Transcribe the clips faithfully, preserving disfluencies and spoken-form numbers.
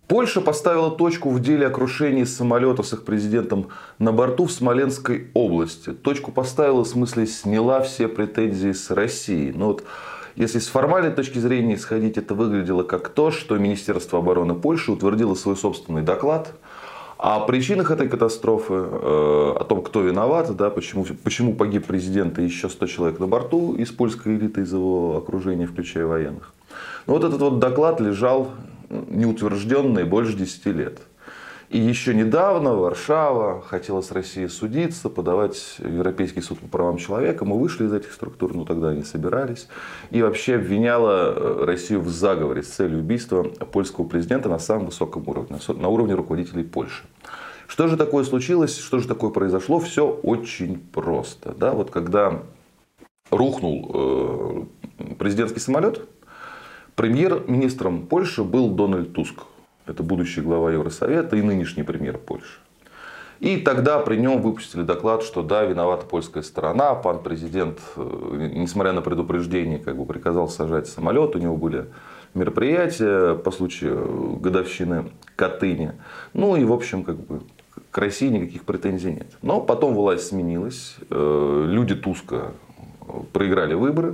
Польша поставила точку в деле о крушении самолета с их президентом на борту в Смоленской области. Точку поставила, в смысле, сняла все претензии с России. Но вот если с формальной точки зрения исходить, это выглядело как то, что Министерство обороны Польши утвердило свой собственный доклад о причинах этой катастрофы, о том, кто виноват, да, почему, почему погиб президент и еще сто человек на борту из польской элиты, из его окружения, включая военных. Но вот этот вот доклад лежал неутвержденные больше десяти лет. И еще недавно Варшава хотела с Россией судиться, подавать в Европейский суд по правам человека. Мы вышли из этих структур, но тогда они собирались. И вообще обвиняла Россию в заговоре с целью убийства польского президента на самом высоком уровне, на уровне руководителей Польши. Что же такое случилось, что же такое произошло? Все очень просто. Да? Вот когда рухнул президентский самолет, премьер-министром Польши был Дональд Туск. Это будущий глава Евросовета и нынешний премьер Польши. И тогда при нем выпустили доклад, что да, виновата польская сторона. Пан президент, несмотря на предупреждение, как бы приказал сажать самолет. У него были мероприятия по случаю годовщины Катыни. Ну и в общем, как бы к России никаких претензий нет. Но потом власть сменилась. Люди Туска проиграли выборы.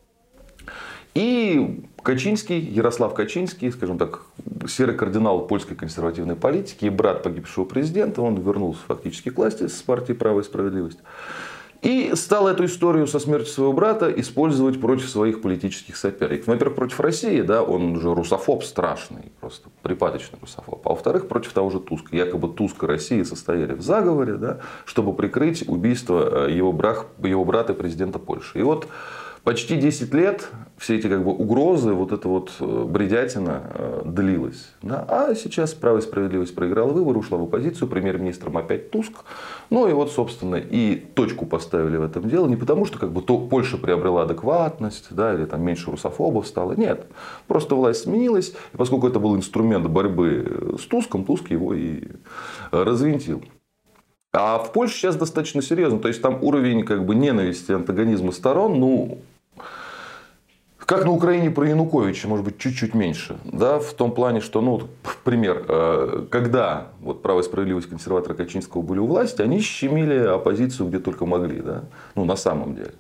И Качинский, Ярослав Качинский, скажем так, серый кардинал польской консервативной политики и брат погибшего президента, он вернулся фактически к власти с партии «Право и справедливость». И стал эту историю со смертью своего брата использовать против своих политических соперников. Во-первых, против России, да, он же русофоб страшный, просто припадочный русофоб. А во-вторых, против того же Туска. Якобы Туск и Россия состояли в заговоре, да, чтобы прикрыть убийство его, брат, его брата президента Польши. И вот почти десять лет все эти как бы угрозы, вот эта вот бредятина длилась. Да? А сейчас «Право и справедливость» проиграла выборы, ушла в оппозицию, премьер-министром опять Туск. Ну и вот, собственно, и точку поставили в этом деле. Не потому, что как бы то Польша приобрела адекватность, да, или там меньше русофобов стало. Нет. Просто власть сменилась. И поскольку это был инструмент борьбы с Туском, Туск его и развинтил. А в Польше сейчас достаточно серьезно. То есть там уровень как бы ненависти, антагонизма сторон, ну, как на Украине про Януковича, может быть, чуть-чуть меньше. Да, в том плане, что, ну, пример, когда вот «Право и справедливость» консерватора Качинского были у власти, они щемили оппозицию где только могли. Да? Ну, на самом деле.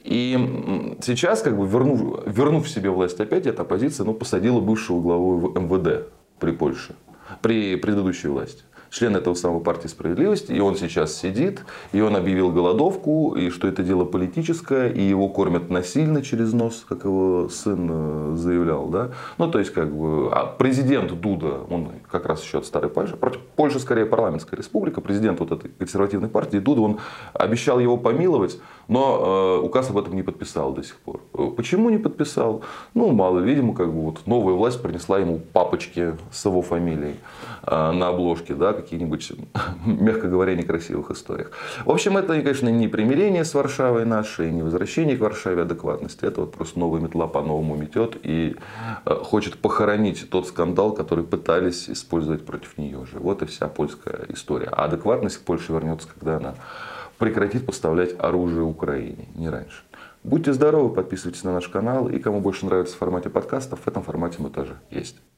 И сейчас, как бы вернув, вернув себе власть опять, эта оппозиция, ну, посадила бывшего главу эм вэ дэ при Польше, при предыдущей власти. Член этого самого партии «Справедливости», и он сейчас сидит, и он объявил голодовку, и что это дело политическое, и его кормят насильно через нос, как его сын заявлял. Да? Ну, то есть, как бы, а президент Дуда, он как раз еще от старой Польши, против Польши скорее парламентская республика, президент вот этой консервативной партии Дуда, он обещал его помиловать, но э, указ об этом не подписал до сих пор. Почему не подписал? Ну, мало, видимо, как бы вот новая власть принесла ему папочки с его фамилией э, на обложке, да, каких-нибудь, мягко говоря, некрасивых историях. В общем, это, конечно, не примирение с Варшавой нашей, не возвращение к Варшаве адекватности. Это вот просто новая метла по-новому метет и хочет похоронить тот скандал, который пытались использовать против нее же. Вот и вся польская история. А адекватность к Польше вернется, когда она прекратит поставлять оружие Украине, не раньше. Будьте здоровы, подписывайтесь на наш канал. И кому больше нравится в формате подкастов, в этом формате мы тоже есть.